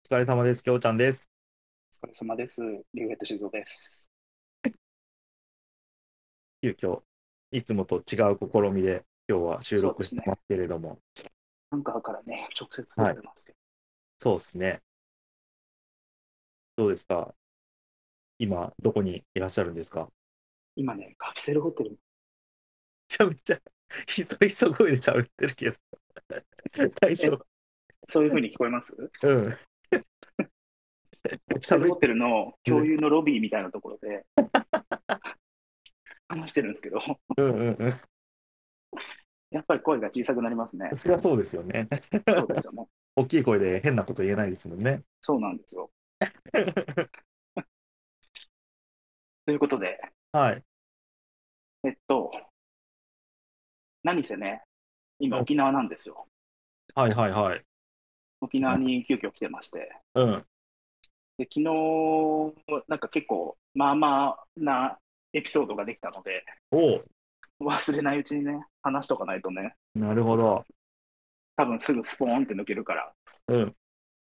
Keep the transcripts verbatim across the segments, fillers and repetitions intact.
お疲れ様です。きょうちゃんです。 お疲れ様です。リュウヘッド静雄です。 急遽、いつもと違う試みで、今日は収そうですね。 録してますけれども。 アンカーからね、直接撮っはい。 てますけど、 そうですね。どうですか？今、どこにいらっしゃるんですか？ 今ね、カプセルホテル、 めちゃめちゃ、ひそひそ声で喋ってるけど、大え、 丈夫？ そういう風に聞こえます？ うん。 カプセル喋っホテルの共て、 有のロビーみたいなところで話してるんですけど、 うんうんうん。 やっぱり声が小さくなりますね。 そりゃそうですよね。 そうですよね。 大きい声で変なこと言えないですもんね。 そうなんですよ。ということで、 はい。 えっと、何せね、今うん。 沖縄なんですよ。 はいはいはい。 沖縄に急遽来てまして、 うん。 で、昨日、なんか結構、まあまあなエピソードができたので、 おう。 忘れないうちにね、話しとかないとね、 なるほど。 多分すぐスポーンって抜けるから、 うん。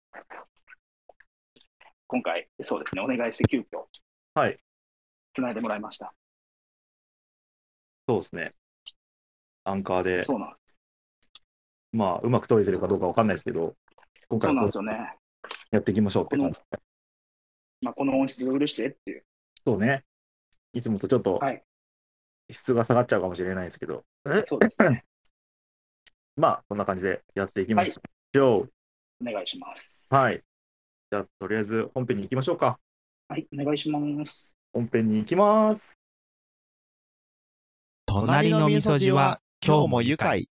今回、そうですね、お願いして急遽、 はい。 つないでもらいました。 そうですね。アンカーで、 そうなんです。 まあ、うまく取れてるかどうかわかんないですけど、今回そうなんはこれですよね。 やっていきましょうってこの、 感じ。 まあ、この音質で許してっていう。 そうね。いつもとちょっとはい、 質が下がっちゃうかもしれないですけど、えそうですね。 まあ、こんな感じでやっていきまはい、 しょう。 お願いします。 はい。じゃあ、とりあえず本編に行きましょうか。 はい、お願いします。 本編に行きます。 隣の味噌汁は今日も愉快。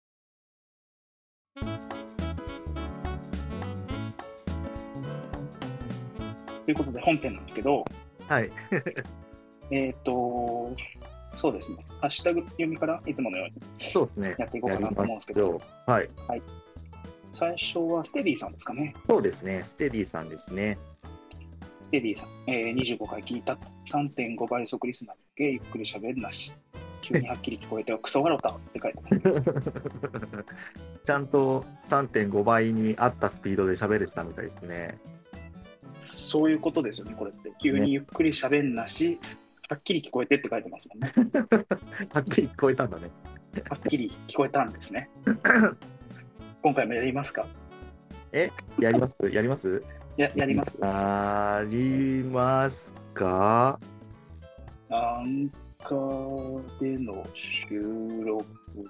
ということで、本編なんですけど、 はい。 えっ、と、そうですね、ハッシュタグ読みからいつものようにそうですね。 やっていこうかなとやりま思うんですけど、 しょう。はい。 はい、最初はステディさんですかね。 そうですね。ステディさんですね。 ステディさん、えー、にじゅうごかい聞いた さんてんご 倍速リスナーに向けゆっくり喋るなし。急にはっきり聞こえてクソ笑ったって書いてます。 ちゃんとさんてんごばいに合ったスピードで喋れてたみたいですね。 そういうことですよね、これって。急ね。 にゆっくり喋んなし、はっきり聞こえてって書いてますもんね。 はっきり聞こえたんだね。 はっきり聞こえたんですね。今回もやりますか？ え、やりますやりますや、やります。 やりますか？ アンカーでの収録、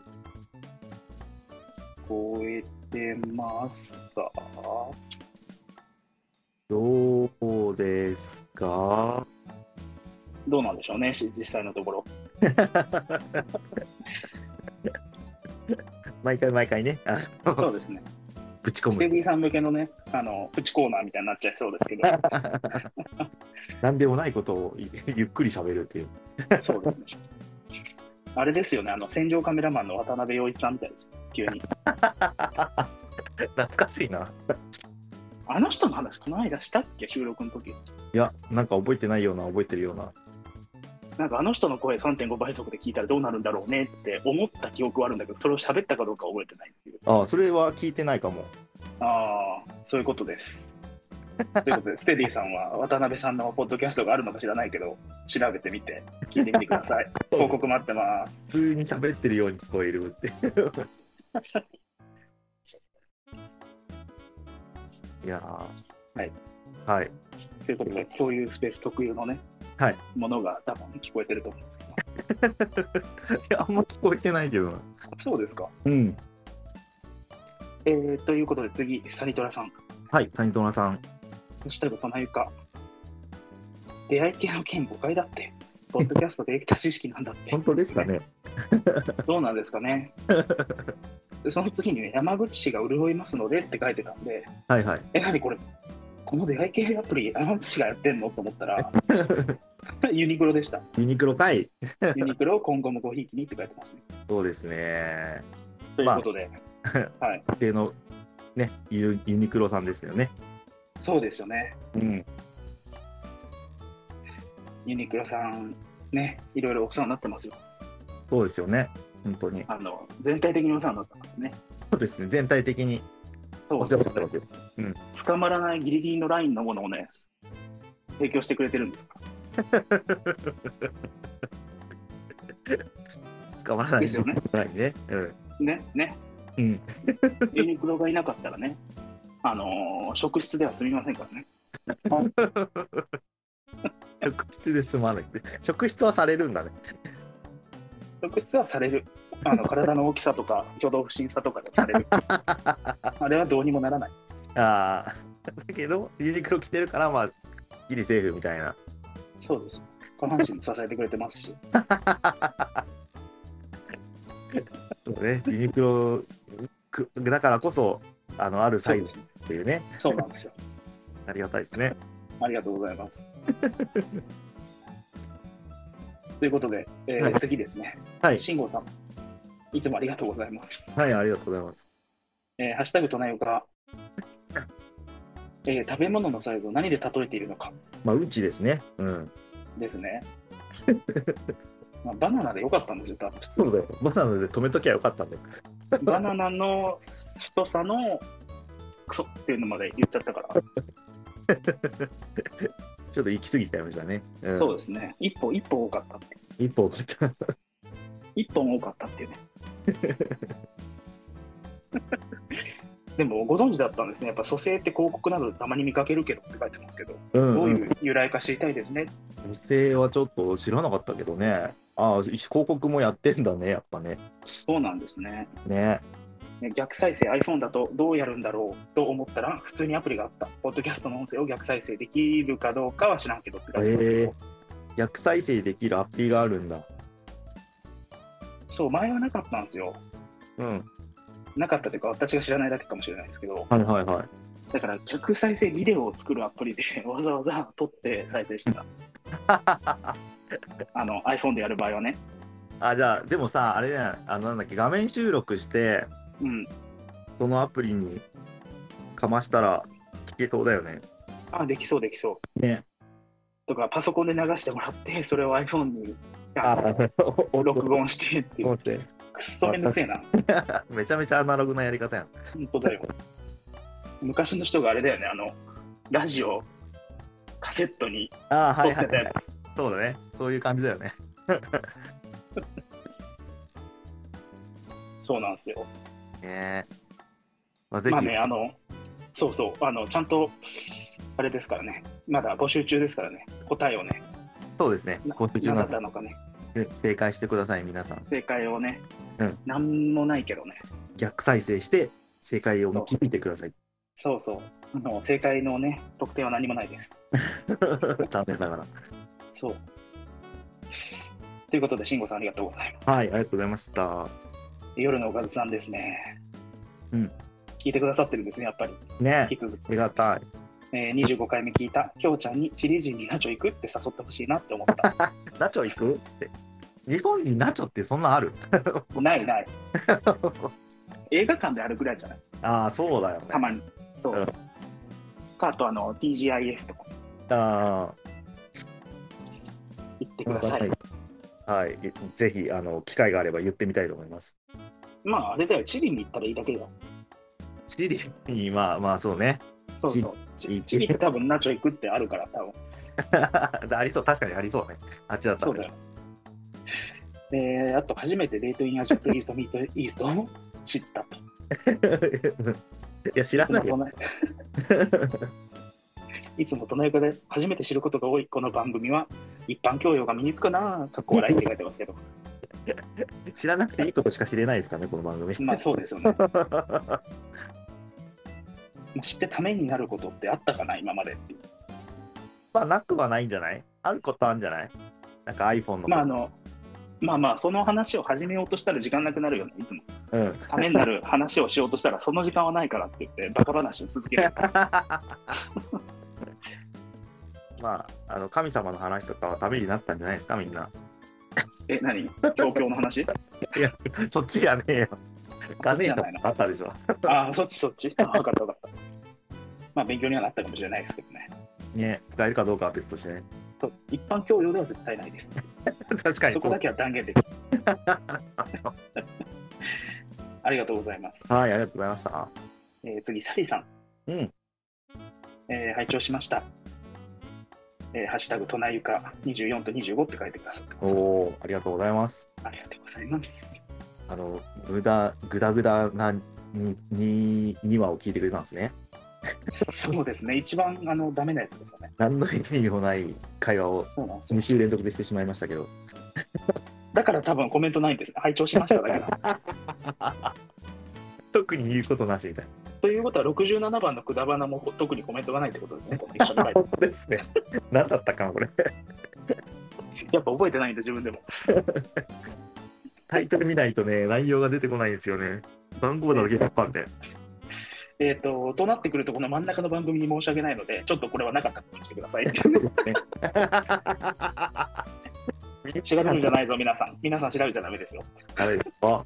聞こえてますか？ どうですか？ どうなんでしょうね、し実際のところ。 毎回毎回ね、あのそうですね。 ぶち込む。 ステディさん向けのね、あの、プチコーナーみたいになっちゃいそうですけど、 なんでもないことをゆっくり喋るっていう。 そうですね。あれですよね、あの、戦場カメラマンの渡辺陽一さんみたいです。急に。 懐かしいな。 あの人の話、この間したっけ、収録の時。 いや、なんか覚えてないような、覚えてるような。 なんかあの人の声 さんてんご 倍速で聞いたらどうなるんだろうねって思った記憶はあるんだけど、それを喋ったかどうか覚えてないっていう。 ああ、それは聞いてないかも。 ああ、そういうことです。ということで、ステディさんは渡辺さんのポッドキャストがあるのか知らないけど、調べてみて、聞いてみてください。報告待ってます。 普通に喋ってるように聞こえるって。いやはい。 ー、はい。 ということで、共有スペース特有のね、 はい。 ものが多分聞こえてると思うんですけど。 いや、あんま聞こえてないけどな。 そうですか。 うん。 えー、ということで次、サニトラさん。 はい、谷虎さん。 ハッシュタグ、トナユカ。出会い系の件誤解だって。ポッドキャストでできた知識なんだって。 本当ですかね。 どうなんですかね。でその次にね、山口市が潤いますのでって書いてたんで、 はいはい。 え、なにこれ、この出会い系アプリ、山口市がやってんのと思ったら、ユニクロでした。 ユニクロかい。 ユニクロを今後もごひいきにって書いてますね。 そうですね。 ということで、はい。 家庭のね、ユユニクロさんですよね。 そうですよね。 うん。 ユニクロさん、ね、いろいろお世話になってますよ。 そうですよね。本当に。 あの、全体的にお世話になってますよね。 そうですね。全体的に。 そう忘れてますよ。 捕まらないギリギリのラインのものをね、提供してくれてるんですか捕まらないですよね。 ないね。うん。 ら。ね、ね。 うん。 ユニクロがいなかったらね、あのー職質では済みませんからね。 職質で済まない。職質はされるんだね。 職質はされる。あの体の大きさとか挙動不審さとかでされる。あれはどうにもならない。 ああ。だけど、ユニクロ着てるから、まあ、ギリセーフみたいな。 そうです。下半身支えてくれてますし。 そうね、ユニクロくだからこそ、あの、あるサイズっていうね。 そうなんですよ。 ありがたいですね。 ありがとうございます。ということで、えーはい次ですね。 はい。 慎吾さん、いつもありがとうございます。 はい、ありがとうございます。 えーハッシュタグとなよか、えー食べ物のサイズを何で例えているのかまあ、うちですね。うん。 ですね。まあ、バナナでよかったんですよ、多分普通そうだよ。バナナで止めときゃよかったんだよ。 バナナの太さのクソっていうのまで言っちゃったから、 ちょっと行き過ぎちゃいましたね。うん、 そうですね。一歩、一歩多かったって。 一歩送った。 一本多かったっていうね。でもご存知だったんですね。やっぱ蘇生って広告などでたまに見かけるけどって書いてますけど、 うんどううん、 いう由来か知りたいですね。 女性はちょっと知らなかったけどね。ああ、広告もやってんだね、やっぱね。 そうなんですね。 ね。 ね逆再生 iPhone だとどうやるんだろうと思ったら、普通にアプリがあった。ポッドキャストの音声を逆再生できるかどうかは知らんけどって書いてますけど、 えー、逆再生できるアプリがあるんだ。 そう、前はなかったんですよ。 うん。 なかったというか、私が知らないだけかもしれないですけど、 はいはいはい。 だから逆再生ビデオを作るアプリでわざわざ撮って再生してた。あの iPhone でやる場合はね。 あ、じゃあ、でもさ、あれね、あの、なんだっけ、画面収録して、 うん。 そのアプリにかましたら聞けそうだよね。 あ、できそうできそう。 ね。 とか、パソコンで流してもらって、それを iPhone にああの録音してっていう。 音声くっそめんどくせえな。 めちゃめちゃアナログなやり方やん。 本当だよ。昔の人があれだよね、あの、ラジオ、カセットにああ、 撮っはいはい、はい。 てたやつ。 そうだね。そういう感じだよね。 そうなんですよ。 ねえ。まあ、ぜひ、 まあね、あの、そうそう、あの、ちゃんと、あれですからね、まだ募集中ですからね、答えをね、 そうですね。 な募集中何なんでだったのかね、 正解してください、皆さん。 正解をね、 うんなんもないけどね、 逆再生して、正解を導いてください。 そうそう、あの正解のね、得点は何もないです。 残念ながら。 そう。ということで、慎吾さんありがとうございます。 はい、ありがとうございました。 夜のおかずさんですね。 うん。 聞いてくださってるんですね、やっぱり。 ね引き続きあ。りがたい。 えー、にじゅうごかいめ聞いた、きょうちゃんにチリ人にナチョ行くって誘ってほしいなって思った。 ナチョ行くって。日本にナチョってそんなあるないない。映画館であるぐらいじゃないああ、そうだよね。 たまに。そう。 うんか、あとあの ティージーアイエフ とかあ行ってあ、 ください。 はい。ぜひ、あの、機会があれば言ってみたいと思います。 まあ、あれだよ、チリに行ったらいいだけだよ。 チリに、まあまあ、そうね。 そうそう。 チチチリって多分ナチョ行くってあるから、多分。 ありそう、確かにありそうね。あっちだったらそうだよ。えー、あと、初めてデートインアジアプリーストミートイーストを知ったと。 いや、知らないよ。 いつもいつも隣横で初めて知ることが多いこの番組は、一般教養が身につくなぁ、かっこ笑いって書いてますけど。 知らなくていいことしか知れないですかね、この番組。 まあ、そうですよね。知ってためになることってあったかな、今までっていう。 まあ、なくはないんじゃない？あることあるんじゃない？なんか iPhone のこと。 まあ、あの、まあまあ、その話を始めようとしたら時間なくなるよね、いつも。 うん。 ためになる話をしようとしたら、その時間はないからって言って、バカ話を続ける。 まあ、あの神様の話とかはためになったんじゃないですか、みんな。 え、何教教の話いや、そっちやねえよ。ガネーとそっちじゃないのあったでしょ。 ああ、そっちそっち。あ分かった分かった。まあ、勉強にはなったかもしれないですけどね。 ね、使えるかどうかは別としてね。 そう一般教養では絶対ないです。 確かにそこだけは断言できる。ありがとうございます。 はい、ありがとうございました。 えー、次、サリさん。 うん。 えー、拝聴しました。えー、ハッシュタグ、トナユカにじゅうよんとにじゅうごって書いてくださってます。 おー、ありがとうございます。 ありがとうございます。 あの、ぐだ、ぐだぐだなに、に、にわを聞いてくれたんですね。 そうですね。一番、あの、ダメなやつですよね。 何の意味もない会話をそうなんですよ。 に週連続でしてしまいましたけど。 だから多分コメントないんです。拝聴しましただけなんです。 特に言うことなしみたいな。 ということは、ろくじゅうななばんのくだばなも特にコメントがないってことですね。この一緒に書いて本当ですね。何だったかな、これ。 やっぱ覚えてないんで、自分でも。 タイトル見ないとね、内容が出てこないんですよね。番号だけやっぱんで。 えっと、となってくると、この真ん中の番組に申し訳ないので、ちょっとこれはなかったことにしてください。調べるんじゃないぞ、皆さん。皆さん調べちゃダメですよ。 ダメですか。 はい。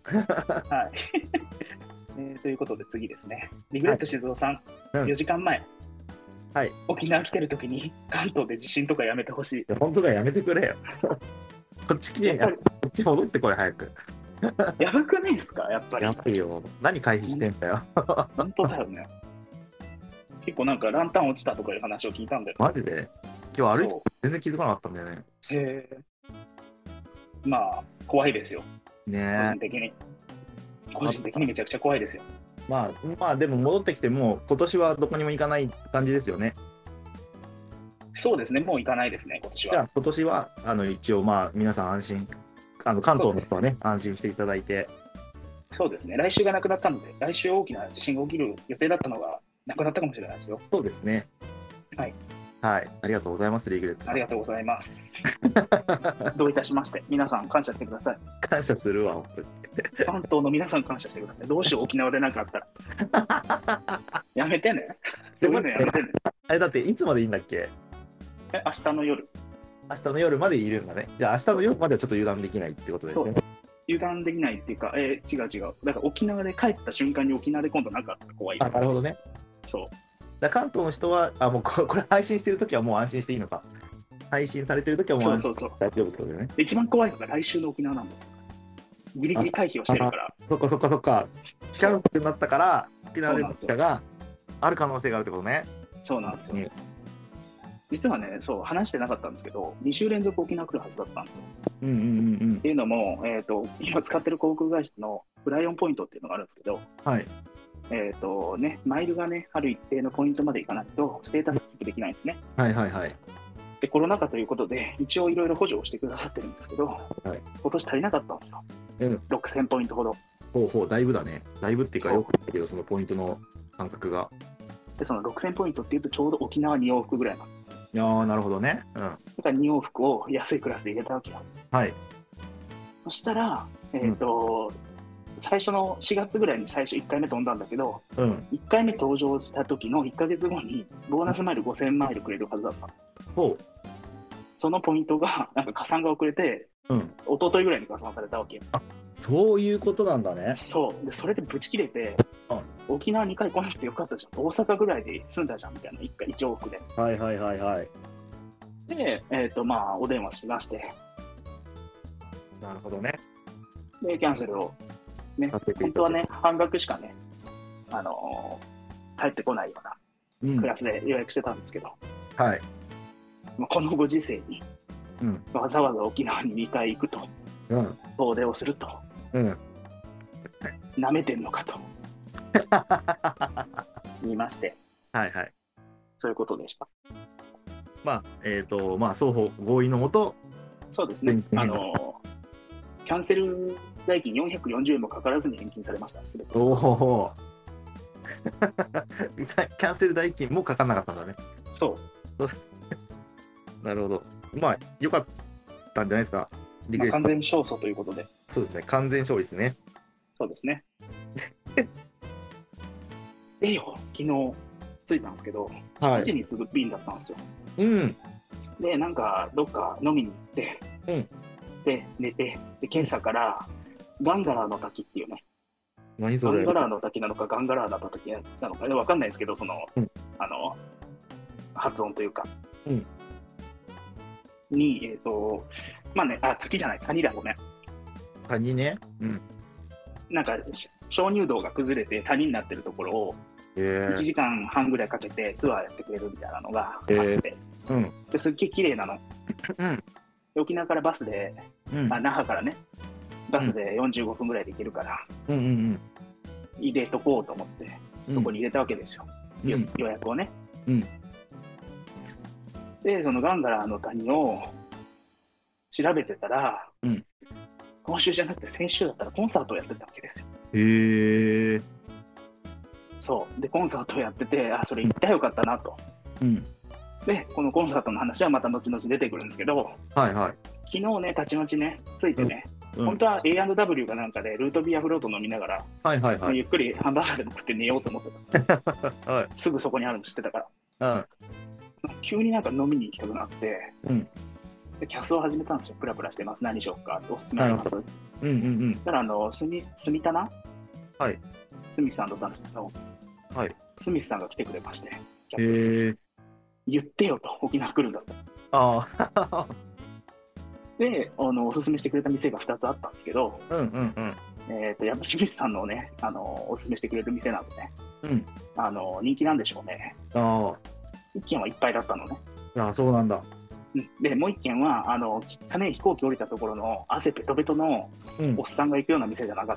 えー、ということで次ですね。リグレット静雄さん、 はいうん、 よじかんまえ、 はい、 沖縄来てるときに関東で地震とかやめてほしい。 いや本当だ、やめてくれよ。こっち来て、こっち戻ってこい、早く。 やばくないですか、やっぱり。 やばいよ。何回避してんだよ。 本当だよね。結構なんかランタン落ちたとかいう話を聞いたんだよ。 マジで今日歩いて全然気づかなかったんだよね。 へえ。まあ、怖いですよ。 ね個人的に。個人的にめちゃくちゃ怖いですよ。 まあ、まあ、でも戻ってきても、今年はどこにも行かない感じですよね。 そうですね、もう行かないですね、今年は。 じゃあ、今年は、あの、一応、まあ、皆さん安心、あの、関東の人はね、安心していただいて。 そうですね、来週がなくなったので、来週大きな地震が起きる予定だったのがなくなったかもしれないですよ。 そうですね。 はい。 はい。ありがとうございます、リグレットさん。 ありがとうございます。どういたしまして、皆さん感謝してください。 感謝するわ、本当に。 関東の皆さん感謝してください。どうしよう、沖縄でなんかあったら。やめてね。そういうのやめてね。 あれ、だって、いつまでいいんだっけ？ え、明日の夜。 明日の夜までいるんだね。じゃあ、明日の夜まではちょっと油断できないってことですね。 油断できないっていうか、えー、違う違う。だから沖縄で帰った瞬間に沖縄で今度なんかあったら怖い。 あ、なるほどね。 そう。 だ関東の人は、あ、もうここれ配信してるときはもう安心していいのか。配信されてるときはもう安心そうそうそう大丈夫ってことだよね。 一番怖いのが来週の沖縄なんだよ。ギリギリ回避をしてるから。 そっかそっかそっか。キャンセルになったから、沖縄での人がある可能性があるってことね。 そうなんですよ。 うん、 実はね、そう、話してなかったんですけど、に週連続沖縄来るはずだったんですよ。 うんうんうんうん。 っていうのも、えーと、今使ってる航空会社のフライオンポイントっていうのがあるんですけど、 はい。 えーとね、マイルがね、ある一定のポイントまでいかないと、ステータスキープできないんですね。 はいはいはい。 で、コロナ禍ということで、一応いろいろ補助をしてくださってるんですけど、 はい、 今年足りなかったんですよ。うん、ろくせんポイントほど。 ほうほう、だいぶだね。だいぶっていうか、よく言うけど、そのポイントの感覚が。 で、そのろくせんポイントっていうと、ちょうど沖縄に往復ぐらいなんです。 いやー、なるほどね。うん。だからに往復を安いクラスで入れたわけよ。 はい。 そしたら、えーと、うん、最初のしがつぐらいに最初いっかいめ飛んだんだけど、うん、いっかいめ登場した時のいっかげつごにボーナスマイルごせんマイルくれるはずだった。 ほう。 そのポイントがなんか加算が遅れて、うん、一昨日ぐらいに加算されたわけ。 あ、そういうことなんだね。 そうで、それでブチ切れて、うん、沖縄にかい来なくてよかったじゃん、大阪ぐらいで済んだじゃんみたいな、いっかいいち往復で。 はいはいはいはい。 で、えーとまあ、お電話しまして、 なるほどね。 で、キャンセルを、ね、本当はね、半額しかね、あのー、帰ってこないようなクラスで予約してたんですけど、 うん、はい。 このご時世に、うん、わざわざ沖縄ににかい行くと、うん、遠出をすると、うん、なめてんのかと言いまして、はいはい、そういうことでした。 まあ、えっ、ー、と、まあ、双方合意のもと、 そうですね、あのキャンセル代金よんひゃくよんじゅうえんもかからずに返金されました、すべて。 おおキャンセル代金もかからなかったんだね。 そう。 なるほど。まあ、よかったんじゃないですか。 まあ、完全勝訴ということで。 そうですね、完全勝利ですね。 そうですね。えよ、昨日着いたんですけど、はい、しちじに次ぐ便だったんですよ。うん。で、なんか、どっか飲みに行って、うん、で、寝て、で、今朝から、ガンガラーの滝っていうね、 何それ？ ガンガラーの滝なのか、ガンガラーの滝なのか、わかんないですけど、その、うん、あの、発音というか、うん、に、えっ、ー、と、まあね、あ、滝じゃない、谷だ、ごめん。 谷ね。うん。 なんか、鍾乳洞が崩れて谷になってるところを、 えー、 いちじかんはんぐらいかけてツアーやってくれるみたいなのがあって、 えーうん、 ですっげえ綺麗なの。 うん、 沖縄からバスで、うん、あ那覇からね、バスでよんじゅうごふんぐらいで行けるから、 うんうんうん、 入れとこうと思って、そこに入れたわけですよ、うん、予約をね。 うん、 で、そのガンガラの谷を調べてたら、 うん、 今週じゃなくて先週だったらコンサートをやってたわけですよ。 へえー。 そう。で、コンサートをやってて、あ、それ行ったらよかったなと。 うん、 で、このコンサートの話はまた後々出てくるんですけど、 はいはい、 昨日ね、たちまちね、ついてね、うん、本当は エーアンドダブリュー かなんかでルートビアフロート飲みながら、 はいはいはい、 ゆっくりハンバーガーでも食って寝ようと思ってた。はい、すぐそこにあるの知ってたから。うん、急になんか飲みに行きたくなって、うん、でキャスを始めたんですよ。プラプラしてます。何しようか。おすすめあります。うんうんうん。 だからあの、スミスミタナ、 はい。 スミスさんとったんですけど、 はい。 スミスさんが来てくれまして、 キャス。へー。 言ってよと、沖縄来るんだと。 ああ。 であの、おすすめしてくれた店がふたつあったんですけど、 うんうんうん。 えっと、やっぱ清水さんのね、あの、おすすめしてくれる店なんでね、 うん、 あの、人気なんでしょうね。 ああ。 一軒はいっぱいだったのね。 ああ、そうなんだ。 で、もう一軒は、あの、汚ね飛行機降りたところの汗ペトペトのおっさんが行くような店じゃなかった。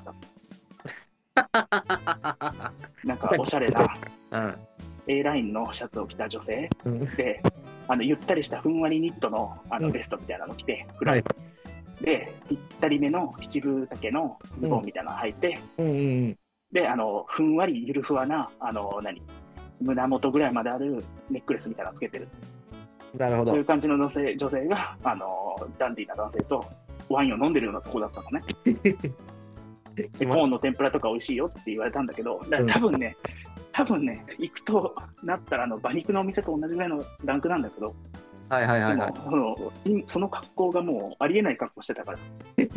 うん、なんか、おしゃれな、うん、A ラインのシャツを着た女性、うん、で、あのゆったりしたふんわりニットのあのベストみたいなの着て、うん、はい、で、ぴったりめの七分丈のズボンみたいなの履いて、うんうんうん、で、あのふんわりゆるふわな、あの何胸元ぐらいまであるネックレスみたいなのつけてる。 なるほど。 そういう感じの女性女性があのダンディーな男性とワインを飲んでるようなとこだったのね。でコーンの天ぷらとか美味しいよって言われたんだけど、だから多分ね、うん多分ね、行くとなったらあの馬肉のお店と同じぐらいのランクなんだけど、 はいはいはいはい、 そのその格好がもうありえない格好してたから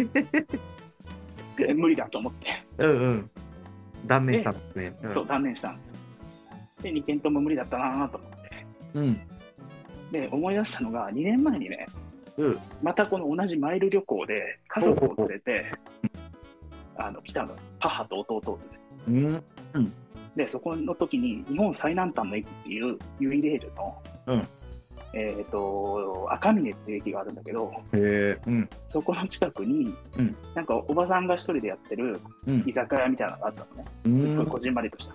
無理だと思ってうんうん断念したんですね、 うん、そう断念したんですでにけんとも無理だったなと思って、うん、で思い出したのがにねんまえにね、うん、またこの同じマイル旅行で家族を連れてあの来たの、母と弟を連れて、うんうんでそこの時に日本最南端の駅っていうユイレールの、うんえー、と赤峰っていう駅があるんだけど、へー、うん、そこの近くに、うん、なんかおばさんが一人でやってる居酒屋みたいなのがあったのね、うん、すごいこじんまりとした、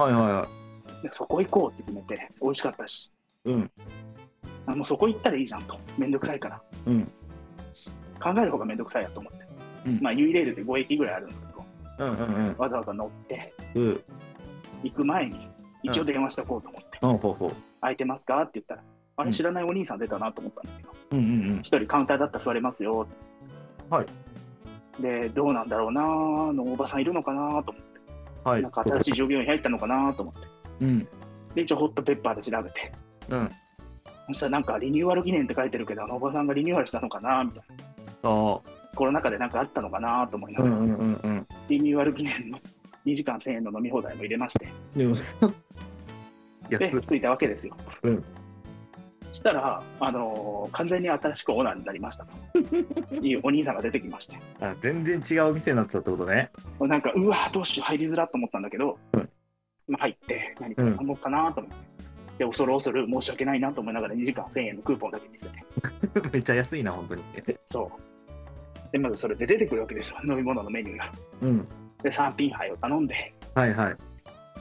はいはいはい、でそこ行こうって決めて美味しかったし、うん、あもうそこ行ったらいいじゃんとめんどくさいから、うん、考える方がめんどくさいやと思って、うんまあ、ユイレールでご駅ぐらいあるんですけど、うんうんうん、わざわざ乗って、うん行く前に一応電話しとこうと思って、うん、ほうほう空いてますかって言ったら、あれ知らないお兄さん出たなと思ったんだけど、うんうんうん、一人カウンターだったら座れますよ、はい、でどうなんだろうなのおばさんいるのかなと思って、はい、なんか新しい従業員入ったのかなと思って、うん、で一応ホットペッパーで調べて、うん、そしたらなんかリニューアル記念って書いてるけどあのおばさんがリニューアルしたのかなみたいな、あコロナ禍でなんかあったのかなと思いながら、うんうんうんうん、リニューアル記念のにじかんせんえんの飲み放題も入れまして、で着いたわけですよ。うん、したら、あのー、完全に新しくオーナーになりましたというお兄さんが出てきまして、 あ全然違う店になってたってことね。 なんかうわどうしよう入りづらと思ったんだけど、うんまあ、入って何か頼もうかなと思って、うん、で恐る恐る申し訳ないなと思いながらにじかんせんえんのクーポンだけ見せてめっちゃ安いな本当にそうでまずそれで出てくるわけですよ飲み物のメニューが、うんでさん品杯を頼んで、はいはい、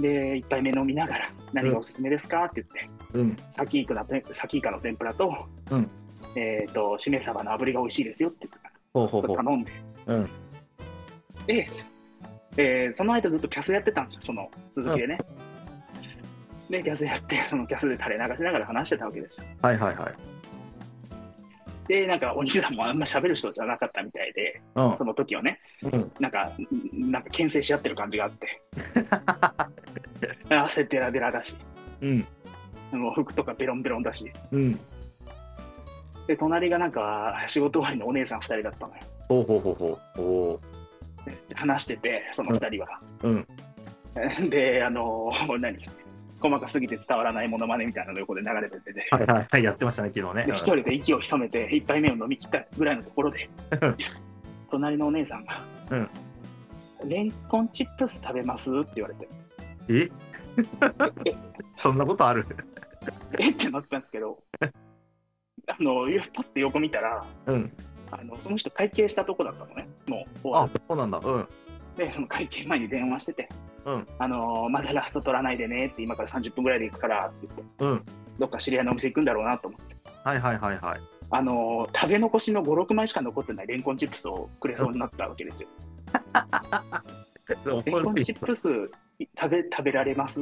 でいっぱい目飲みながら何がおすすめですかって言って、うん、サキイカのサキイカの天ぷらと、うん、えっ、ー、としめ鯖の炙りが美味しいですよって言ってからほうほうほうそれ頼んで、うん、で、えー、その間ずっとキャスやってたんですよその続きでね、うん、でキャスやってそのキャスで垂れ流しながら話してたわけですよはいはいはいでなんかお兄さんもあんま喋る人じゃなかったみたいで、うん、その時はね、うん、なんかなんか牽制し合ってる感じがあって汗デラデラだし、うん、もう服とかベロンベロンだし、うん、で隣がなんか仕事終わりのお姉さんふたりだったのよほうほうほうほうお話しててそのふたりは、うんうん、であの何細かすぎて伝わらないものまねみたいなの横で流れてて、ね、 はいはいはいやってましたね昨日ね。 一人で息を潜めて一杯目を飲み切ったぐらいのところで隣のお姉さんが、うん、レンコンチップス食べますって言われてえそんなことあるえってなったんですけど、あのパッて横見たら、 うん、 あのその人会計したとこだったのね、もう。 あ、そうなんだ。うん。 で、その会計前に電話してて、 うん、 あのまだラスト取らないでねって、今からさんじゅっぷんぐらいで行くからって言って、 うん、 どっか知り合いのお店行くんだろうなと思って。 はいはいはいはい。 あの食べ残しのご、ろくまいしか残ってないレンコンチップスをくれそうになったわけですよ。レンコンチップス食べ食べられます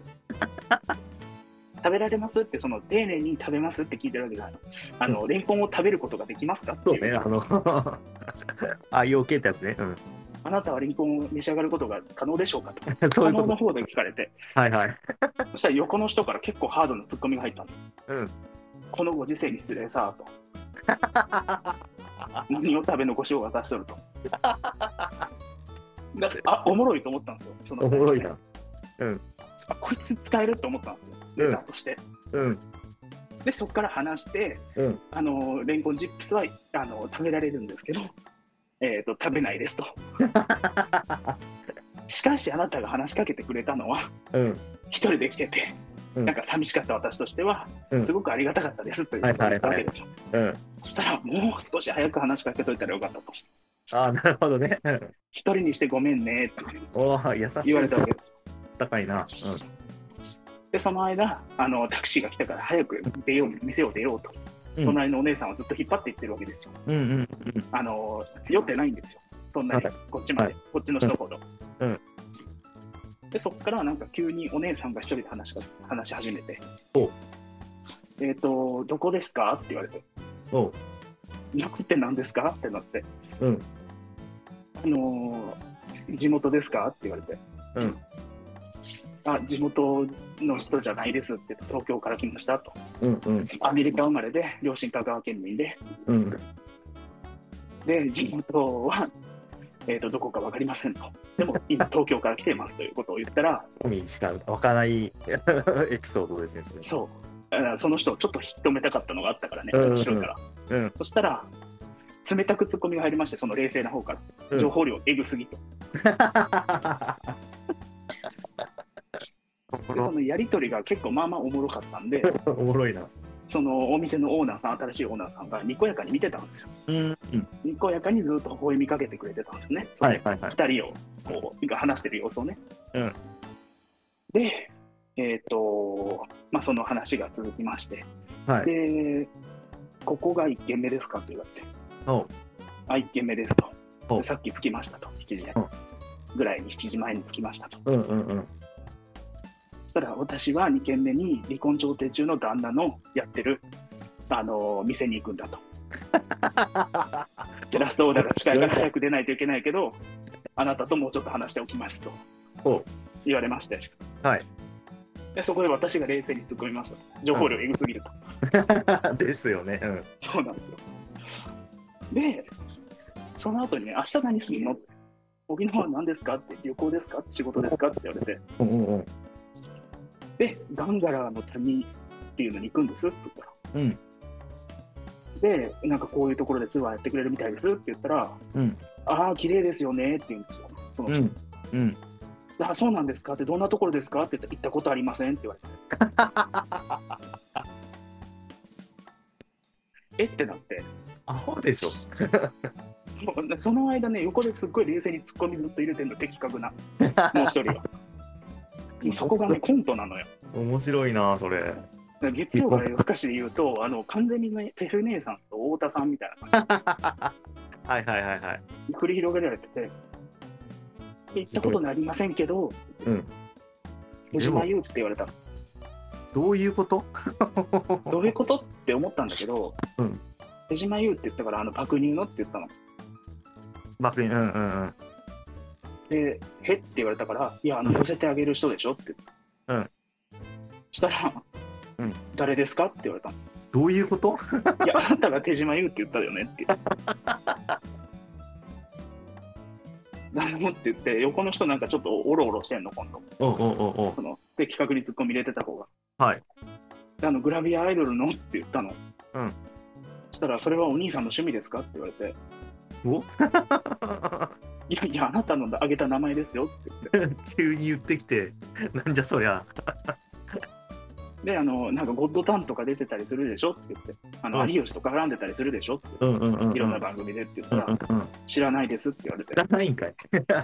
食べられますって、その丁寧に食べますって聞いてるわけじゃない。あの、うん、レンコンを食べることができますかっていう。 そうね、あのあ、要件ってやつね。うん。 あなたはレンコンを召し上がることが可能でしょうかと。可能の方で聞かれて。 はいはい。 そしたら横の人から結構ハードなツッコミが入ったの。 うん。 このご時世に失礼さと。何を食べ残しを渡しとると。だってあおもろいと思ったんですよ。そのおもろいな。うん。 あこいつ使えると思ったんですよ。ネタとして。 うん。 でそこから話して、 うん、 あのレンコンチップスはあの食べられるんですけど、えーと、食べないですと。しかしあなたが話しかけてくれたのは、うん、一人で来てて、うん、なんか寂しかった私としては、うん、すごくありがたかったですと言ったわけですよ。そしたらもう少し早く話しかけといたらよかったと。 ああ、なるほどね。 一人にしてごめんねってお優しい言われたわけですよ。 高いな。うん、 でその間あのタクシーが来たから早く出よう店を出ようと、うん、隣のお姉さんはずっと引っ張っていってるわけですよ。 うんうんうん、 あの酔ってないんですよ、そんなに、はい、こっちまで、はい、こっちの人ほど、 うんうん、 でそこからなんか急にお姉さんが一人で話し話し始めて、 おえっ、ー、とどこですかって言われて、 おどこって何ですかってなって、 うん、 あのー、地元ですかって言われて、 うん、 あ地元の人じゃないですって東京から来ましたと、 うんうん、 アメリカ生まれで両親香川県民で、 うん、 で地元は、えー、とどこか分かりませんと、でも今東京から来てますということを言ったら海しか分からないエピソードですね。それそうその人をちょっと引き止めたかったのがあったからね、面白いから、 うんうん、 そしたら冷たくツッコミが入りまして、その冷静な方から、うん、情報量エグすぎとでそのやり取りが結構まあまあおもろかったんでおもろいな。 そのお店のオーナーさん、新しいオーナーさんがにこやかに見てたんですよ、 うんうん、 にこやかにずっと微笑みかけてくれてたんですよね、そのふたりをこう話してる様子をね、 うん、 で、えっ、ー、とまあその話が続きまして、 はい、 でここがいっけんめですかと言われて、 おあ、いっけんめですと、でさっき着きましたと、しちじぐらいにしちじまえに着きましたと、 うんうんうん、 そしたら私はにけんめに離婚調停中の旦那のやってる、あのー、店に行くんだとでラストオーダーが近いから早く出ないといけないけどあなたともうちょっと話しておきますと言われまして、 はい、 でそこで私が冷静に突っ込みました。情報量エグすぎると、うん、ですよね、うん、 そうなんですよ。でその後にね、明日何するのって、沖縄は何ですかって、旅行ですか仕事ですかって言われて、 うんうんうん、 でガンガラの谷っていうのに行くんですって言ったら、 うん、 でなんかこういうところでツアーやってくれるみたいですって言ったら、 うん、 ああ綺麗ですよねって言うんですよ、その人、 うんうん、 あそうなんですかって、どんなところですかって言ったら、行ったことありませんって言われてえってなって、 アホでしょその間ね、横ですっごい冷静にツッコミずっと入れてるの、的確なもう一人はもうそこがねコントなのよ。 面白いなそれ。 月曜から夜更かしで言うと、あの完全にね、テフ姉さんと太田さんみたいな感じはいはいはいはい繰り広げられてて、行ったことありませんけど、 うん、 江島優って言われたの。 どういうことどういうことって思ったんだけど、 うん、 江島優って言ったから、あの爆乳のって言ったの。 爆乳、うんうんうん。 で、へって言われたから、いや、あの寄せてあげる人でしょって言った。 うん。 したら、うん、誰ですかって言われたの。 どういうこといや、あなたが手島優って言ったよねって言って。何もって言って、横の人なんかちょっとおろおろしてんの、今度。 おうおうおうおう、 その的確にツッコミ入れてた方が。 はい。 あのグラビアアイドルのって言ったの。 うん。 そしたら、それはお兄さんの趣味ですかって言われて。 おいやいや、あなたのあげた名前ですよって言って。 急に言ってきて、なんじゃそりゃ。 で、あの、なんかゴッドタンとか出てたりするでしょって言って、あの、うん、有吉とか絡んでたりするでしょって言って、うんうんうんうん、いろんな番組でって言ったら、うんうんうん、知らないですって言われて。 知らないんかい。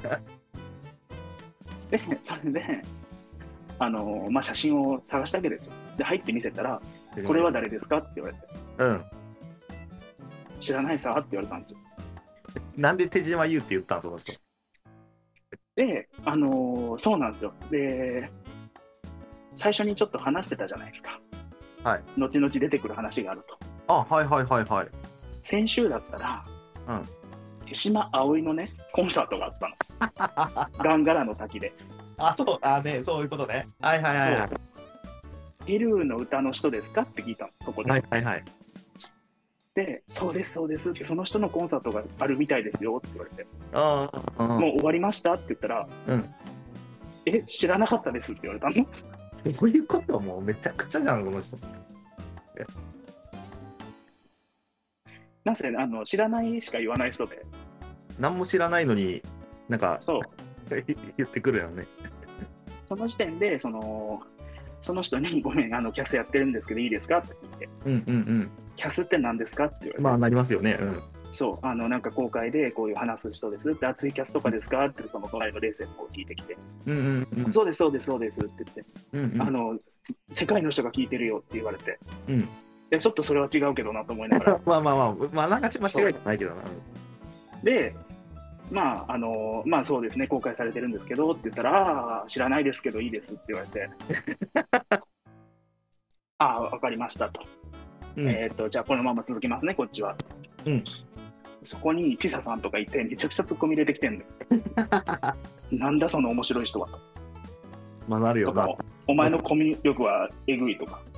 で、それで、あの、まあ、写真を探したわけですよ。で、入って見せたら、これは誰ですかって言われて。うん。知らないさって言われたんですよ。 なんで手島優って言ったんその人。 で、あのー、そうなんですよ。で、最初にちょっと話してたじゃないですか。はい。後々出てくる話があると。 あ、はいはいはいはい。 先週だったら、うん。手島葵のね、コンサートがあったの。ガンガラの滝で。 あ、そう、あね、そういうことね。はいはいはい、はい。 ゲルーの歌の人ですかって聞いたの、そこで。 はいはいはい。 で、そうですそうですって、その人のコンサートがあるみたいですよって言われて。ああ。もう終わりましたって言ったら、うん。え、知らなかったですって言われたの。 どういうこと？もうめちゃくちゃじゃん、この人。 なぜ、あの、知らないしか言わない人で。 何も知らないのに、なんか、そう言ってくるよね。 その時点で、その、その人に、ごめん、あの、キャスやってるんですけど、いいですかって聞いて。うんうんうん。キャスって何ですかって言われて。 まあ、なりますよね。うん。 そう、あの、なんか公開でこういう話す人ですって、熱いキャスとかですかって、その隣の冷静にこう聞いてきて。うんうんうん。そうです、そうです、そうですって言って。うんうん、あの、世界の人が聞いてるよって言われて。うん。で、ちょっとそれは違うけどなと思いながら。 まあまあまあ、まあ、なんか間違いじゃないけどな。 で、まあ、あの、まあそうですね、公開されてるんですけどって言ったら、ああ、知らないですけどいいですって言われて。ああ、わかりましたと。うん、えっと、じゃあこのまま続きますね、こっちは。うん。そこにピサさんとかいて、めちゃくちゃツッコミ入れてきてんのよ。なんだその面白い人はと。 まあなるよな。 お前のコミュ力はえぐいとか。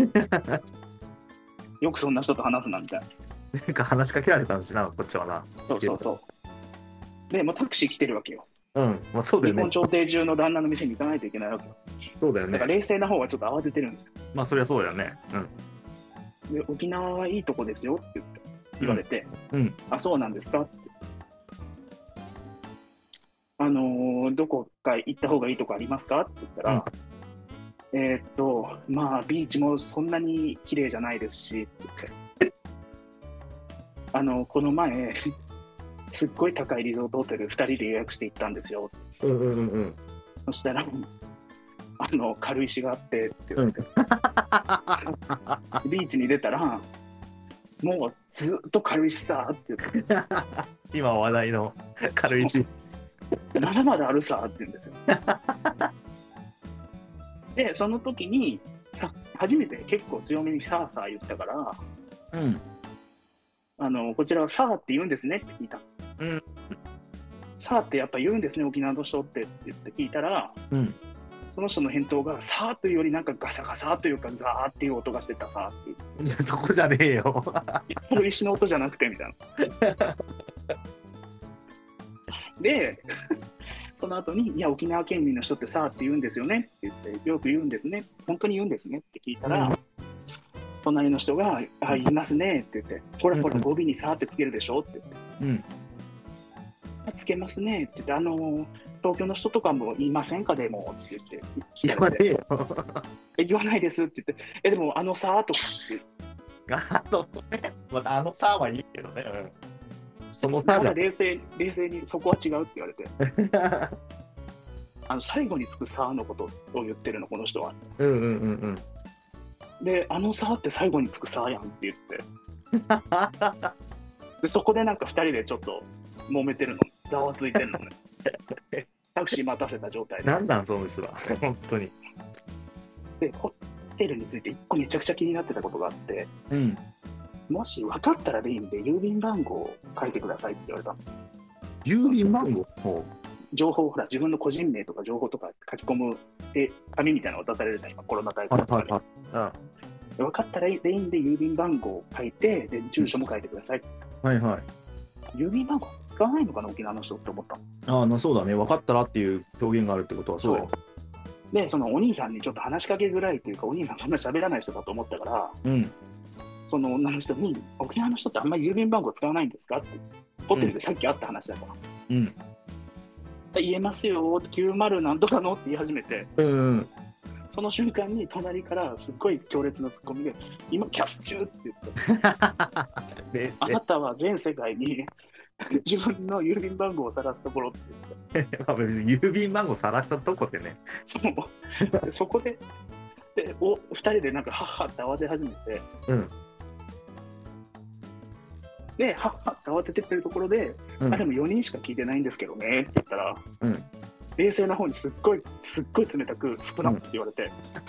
よくそんな人と話すなみたいな。 なんか話しかけられたんしな、こっちはな。 そうそうそう。で、もうタクシー来てるわけよ。 うん、まあそうだよね。 日本調停中の旦那の店に行かないといけないわけよ。 そうだよね。 だから冷静な方はちょっと慌ててるんですよ。 まあそりゃそうだよね。 うん。で、沖縄はいいとこですよって言って。言われて、うんうん、あ、そうなんですかって。あのー、どこか行った方がいいとこありますかって言ったら、うん、えー、っと、まあ、ビーチもそんなに綺麗じゃないですし、って言って。あの、この前、すっごい高いリゾートホテルふたりで予約して行ったんですよ。うんうんうんうん、そしたら、あの、軽石があってって言われて、うん、ビーチに出たら、もうずっと軽石さって言うんですよ。 今話題の軽石。 まだまだあるさって言うんですよ。で、その時にさ、初めて結構強めにさあさあ言ったから、うん、あのこちらはさあって言うんですねって聞いた。うん、さあってやっぱ言うんですね、沖縄の人ってって言って聞いたら、うん、その人の返答がさあというよりなんかガサガサというかザーっていう音がしてたさっていう。 いやそこじゃねえよ。 軽石の音じゃなくてみたいな。で、その後にいや沖縄県民の人ってさあって言うんですよねって言ってよく言うんですね。本当に言うんですねって聞いたら、うん、隣の人があ言いますねって言ってほらほら語尾にさあってつけるでしょって言って。うんつけますねって言って、あの東京の人とかも言いませんかでもって言って言わないよえ言わないですって言ってえでもあのさとかってあのねまたあのさはいいけどね、うん、そのさじゃ冷静冷静にそこは違うって言われてあの最後につくさのことを言ってるのこの人は。うんうんうんうん。であのさって最後につくさやんって言ってでそこでなんかふたりでちょっと揉めてるの、ざわついてるのね。タクシー待たせた状態で。 なんなんその人は、本当に。 で、ホテルについて一個めちゃくちゃ気になってたことがあって、うん、もし分かったらでいいんで、郵便番号を書いてくださいって言われたの。 郵便番号？ 情報、ほら、自分の個人名とか情報とか書き込むで紙みたいなの渡されるじゃん、今、コロナ対策とかで。はいはいはい、分かったらでいいんで、郵便番号を書いて、で住所も書いてください。 はいはい。 郵便番号使わないのかな沖縄の人って思った。 ああ、そうだね。分かったらっていう表現があるってことはそうだよ。 で、そのお兄さんにちょっと話しかけづらいっていうか、お兄さんそんな喋らない人だと思ったから、うん、その女の人に沖縄の人ってあんまり郵便番号使わないんですかってホテルでさっき会った話だから、うん、 言えますよ、きゅうじゅうなんとかのって言い始めて、 うんうん、 その瞬間に隣からすっごい強烈なツッコミで、今キャス中って言ってあなたは全世界に自分の郵便番号を晒すところって言って。 まあ別に郵便番号晒したとこってね。 そうそこで、でおふたりでなんかはっはって慌て始めて、うん、で、はっはって慌ててってるところで、うん、あ、でもよにんしか聞いてないんですけどねって言ったら、うん、冷静な方にすっごい、すっごい冷たく、少なって言われて。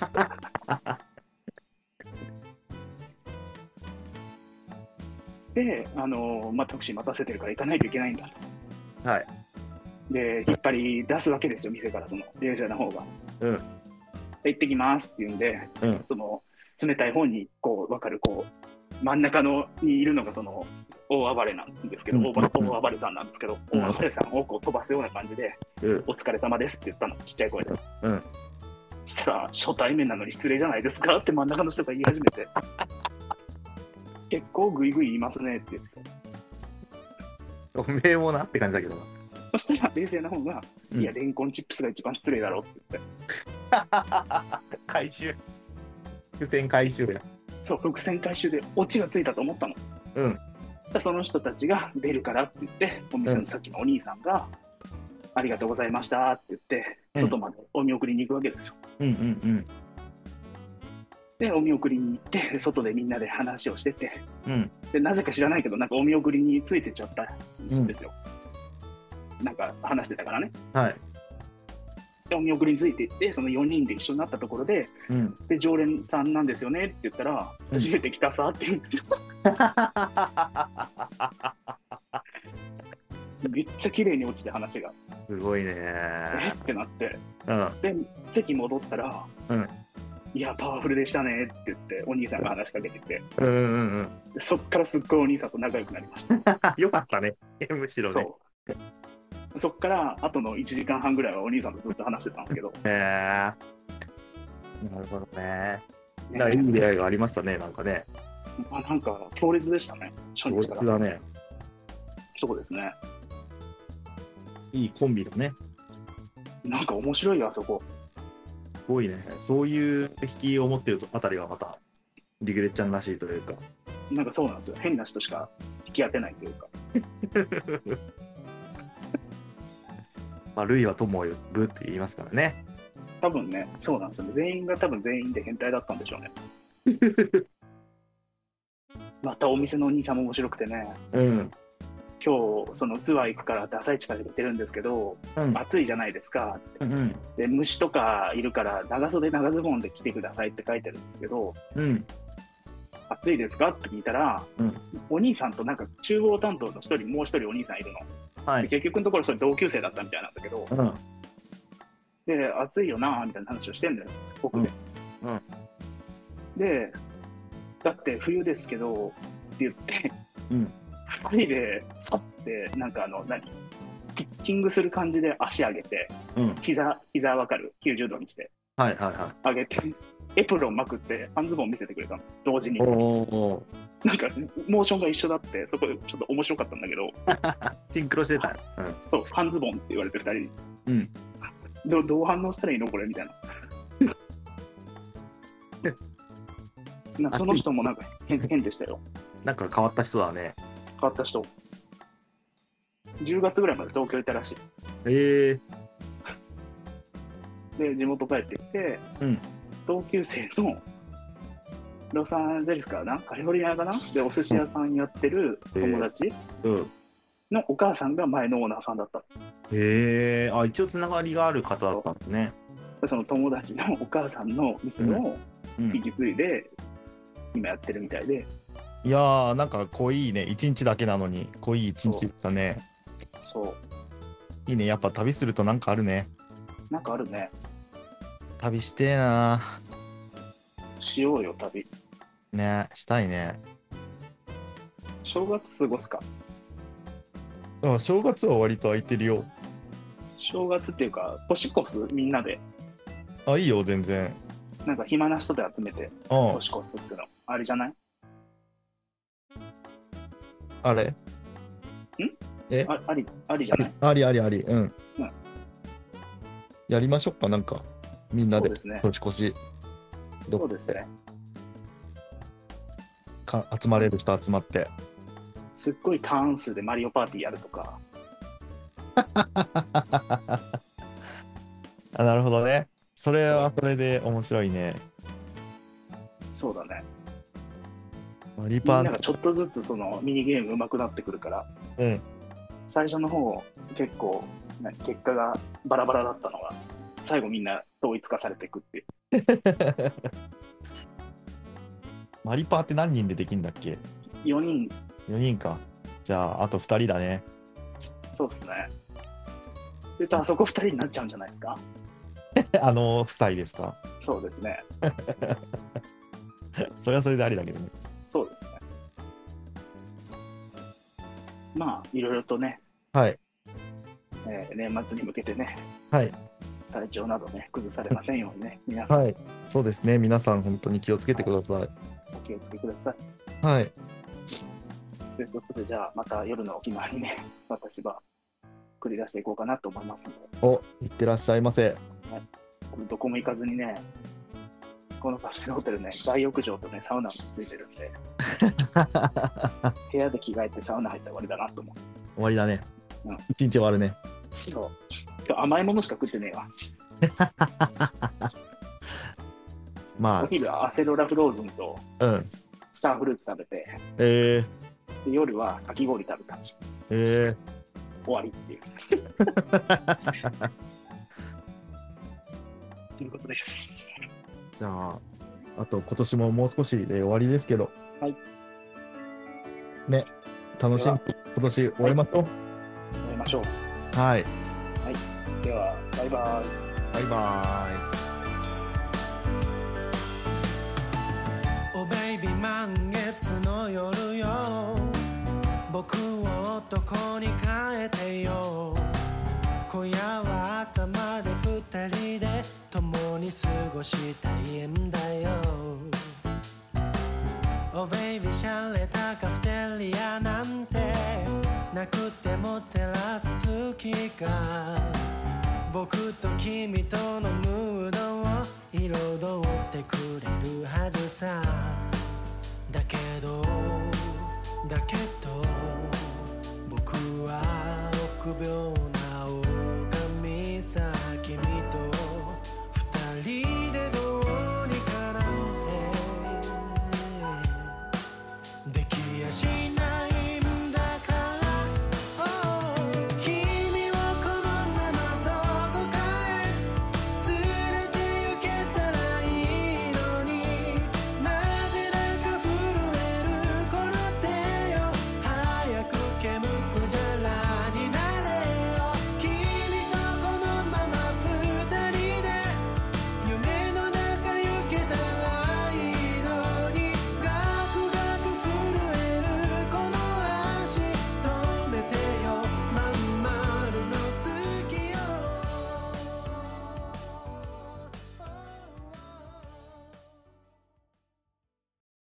うん、で、あのー、まあ、タクシー待たせてるから行かないといけないんだ。はい。で、引っ張り出すわけですよ、店から、その冷静な方が。うん。行ってきますって言うんで、うん、その冷たい方に、こう、分かる、こう、真ん中のにいるのが、その、大暴れなんですけど、うん、大暴れさんなんですけど、うん、大暴れさんをこう飛ばすような感じで、うん、お疲れ様ですって言ったの、ちっちゃい声で。うん、そしたら、初対面なのに失礼じゃないですかって真ん中の人が言い始めて、結構グイグイ言いますねって言って。 おめえもなって感じだけどな。 そしたら冷静な方が、うん、いや、レンコンチップスが一番失礼だろって言って。 回収。伏線回収や。 そう、伏線回収でオチがついたと思ったの。うん。その人たちが出るからって言って、お店のさっきのお兄さんが、うん、ありがとうございましたって言って、うん、外までお見送りに行くわけですよ。うんうんうん。で、お見送りに行って、外でみんなで話をしてて、うん、でなぜか知らないけど、なんかお見送りについてっちゃったんですよ。うん、なんか話してたからね。はい。で、お見送りについていって、そのよにんで一緒になったところで、うん、で、常連さんなんですよねって言ったら、うん、初めて来たさって言うんですよ。めっちゃ綺麗に落ちて話が。 すごいねえってなって、うん、で、席戻ったら、うん、いや、パワフルでしたねって言って、お兄さんが話しかけてて、うんうんうん、でそっからすっごいお兄さんと仲良くなりました。 よかったね、むしろね。 そうそっからあとのいちじかんはんぐらいはお兄さんとずっと話してたんですけど。へえ。 なるほどね。だからいい出会いがありましたね、なんかね。 まあ、なんか強烈でしたね、初日から。 強烈だね。 そうですね。 いいコンビだね。 なんか面白いよ、あそこ。 すごいね。そういう引きを持ってるあたりがまた、リグレッちゃんらしいというか。 なんかそうなんですよ。変な人しか引き当てないというか。 まあ、ルイは友を呼ぶって言いますからね。 多分ね、そうなんですよね。全員が多分全員で変態だったんでしょうね。またお店のお兄さんも面白くてね。うん。今日、そのツアー行くからって朝一から言ってるんですけど、うん、暑いじゃないですかって、うんうん。で、虫とかいるから長袖長ズボンで来てくださいって書いてるんですけど、うん、暑いですかって聞いたら、うん、お兄さんとなんか厨房担当の一人、もう一人お兄さんいるの。はい、結局のところそれ同級生だったみたいなんだけど、うん、で暑いよなみたいな話をしてんだよ僕で、うんうん、でだって冬ですけどって言って、うん、ふたりで去ってなんかあの何ピッチングする感じで足上げて、うん、膝膝わかるきゅうじゅうどにして、はいはいはい、上げてエプロンまくって半ズボン見せてくれたの同時に。おおなんかモーションが一緒だってそこでちょっと面白かったんだけどシンクロしてた、 うん、そう半ズボンって言われてふたりに、うん、ど, どう反応したらいいのこれみたいななその人もなんか 変, 変でしたよ。 なんか変わった人だね。 変わった人じゅうがつぐらいまで東京いたらしい。 へえー、で地元帰ってきて、うん、同級生のロサンゼルスかなカリフォルニアかなでお寿司屋さんやってる友達のお母さんが前のオーナーさんだった。 へえー、あ一応つながりがある方だったんですね。 そ, その友達のお母さんの店を引き継いで今やってるみたいで、うんうん、 いやーなんか濃いね。一日だけなのに濃い一日でしたね。 そうそういいね。やっぱ旅するとなんかあるね。 なんかあるね。 旅してえな。 しようよ旅ね。したいね。 正月過ごすか。 あ正月は割と空いてるよ。 正月っていうか年越すみんなで。 あいいよ全然。 なんか暇な人で集めて年越すっていうのあれじゃない？ あれ？ ん？え？あ、ありありじゃない？ ありありありうん。うん。 やりましょうか、なんかみんなで年越し。 そうですね。 か集まれる人集まって。 すっごいターン数でマリオパーティーやるとか。 あ、なるほどね。それはそれで面白いね。 そうだね。 マリパーみんながちょっとずつそのミニゲーム上手くなってくるから、 うん、 最初の方結構結果がバラバラだったのが最後みんな統一化されていくっていうマリパーって何人でできるんだっけ？ よにん。 よにんか。じゃああとふたりだね。 そうっすね。でとあそこふたりになっちゃうんじゃないですか？ あの夫妻ですか？ そうですね。 それはそれでありだけどね。 そうですね。まあいろいろとね、 はい、 えー、年末に向けてね、 はい、 体調などね崩されませんようにね、皆さん、 はい、そうですね、皆さん本当に気をつけてください。はい、 お気をつけください。 はい。 ということで、じゃあまた夜のお決まりね、私は繰り出していこうかなと思いますので。 お、いってらっしゃいませ。はい、 どこも行かずにね、このカプセルホテルね、大浴場とね、サウナもついてるんで、部屋で着替えてサウナ入ったら終わりだなと思う。 終わりだね。うん、一日終わるね。 そう。甘いものしか食ってねえわ。 まあ、 お昼はアセロラフローズンとスターフルーツ食べて、 えー、で夜はかき氷食べた。 えー、終わりっていう。ということです。 じゃあ、あと今年ももう少しで終わりですけど、 はい。 ね、楽しみに今年終えましょう。 終えましょう。 はい。 はい。では、バイバイ。 バイバイ。おベイビー満月の夜よ、僕を男に変えてよ。今夜は朝まで二人で共に過ごしたいんだよ。おベイビーシャレたカフテリアなんてなくても照らす月が僕と君とのムードを彩ってくれるはずさ。